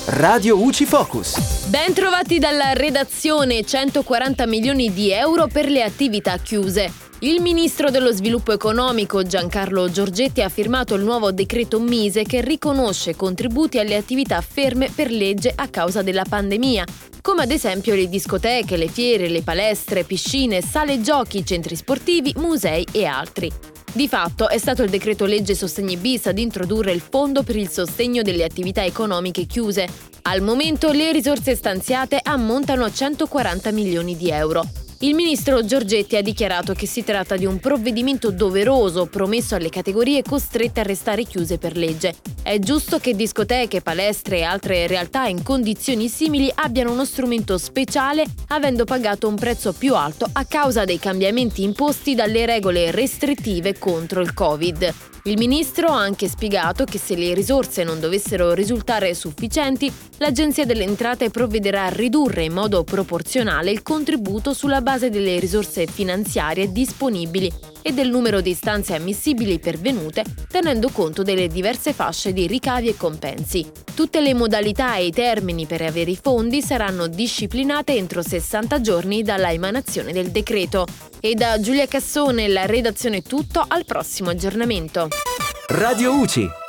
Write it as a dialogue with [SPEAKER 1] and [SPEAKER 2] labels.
[SPEAKER 1] Radio UCI Focus.
[SPEAKER 2] Ben trovati dalla redazione. 140 milioni di euro per le attività chiuse. Il ministro dello sviluppo economico Giancarlo Giorgetti ha firmato il nuovo decreto Mise che riconosce contributi alle attività ferme per legge a causa della pandemia, come ad esempio le discoteche, le fiere, le palestre, piscine, sale giochi, centri sportivi, musei e altri. Di fatto è stato il decreto legge Sostegni bis ad introdurre il fondo per il sostegno delle attività economiche chiuse. Al momento le risorse stanziate ammontano a 140 milioni di euro. Il ministro Giorgetti ha dichiarato che si tratta di un provvedimento doveroso promesso alle categorie costrette a restare chiuse per legge. È giusto che discoteche, palestre e altre realtà in condizioni simili abbiano uno strumento speciale avendo pagato un prezzo più alto a causa dei cambiamenti imposti dalle regole restrittive contro il Covid. Il ministro ha anche spiegato che se le risorse non dovessero risultare sufficienti, l'Agenzia delle Entrate provvederà a ridurre in modo proporzionale il contributo sulla base delle risorse finanziarie disponibili e del numero di istanze ammissibili pervenute, tenendo conto delle diverse fasce di ricavi e compensi. Tutte le modalità e i termini per avere i fondi saranno disciplinate entro 60 giorni dalla emanazione del decreto. E da Giulia Cassone, la redazione è tutto, al prossimo aggiornamento.
[SPEAKER 1] Radio UCI.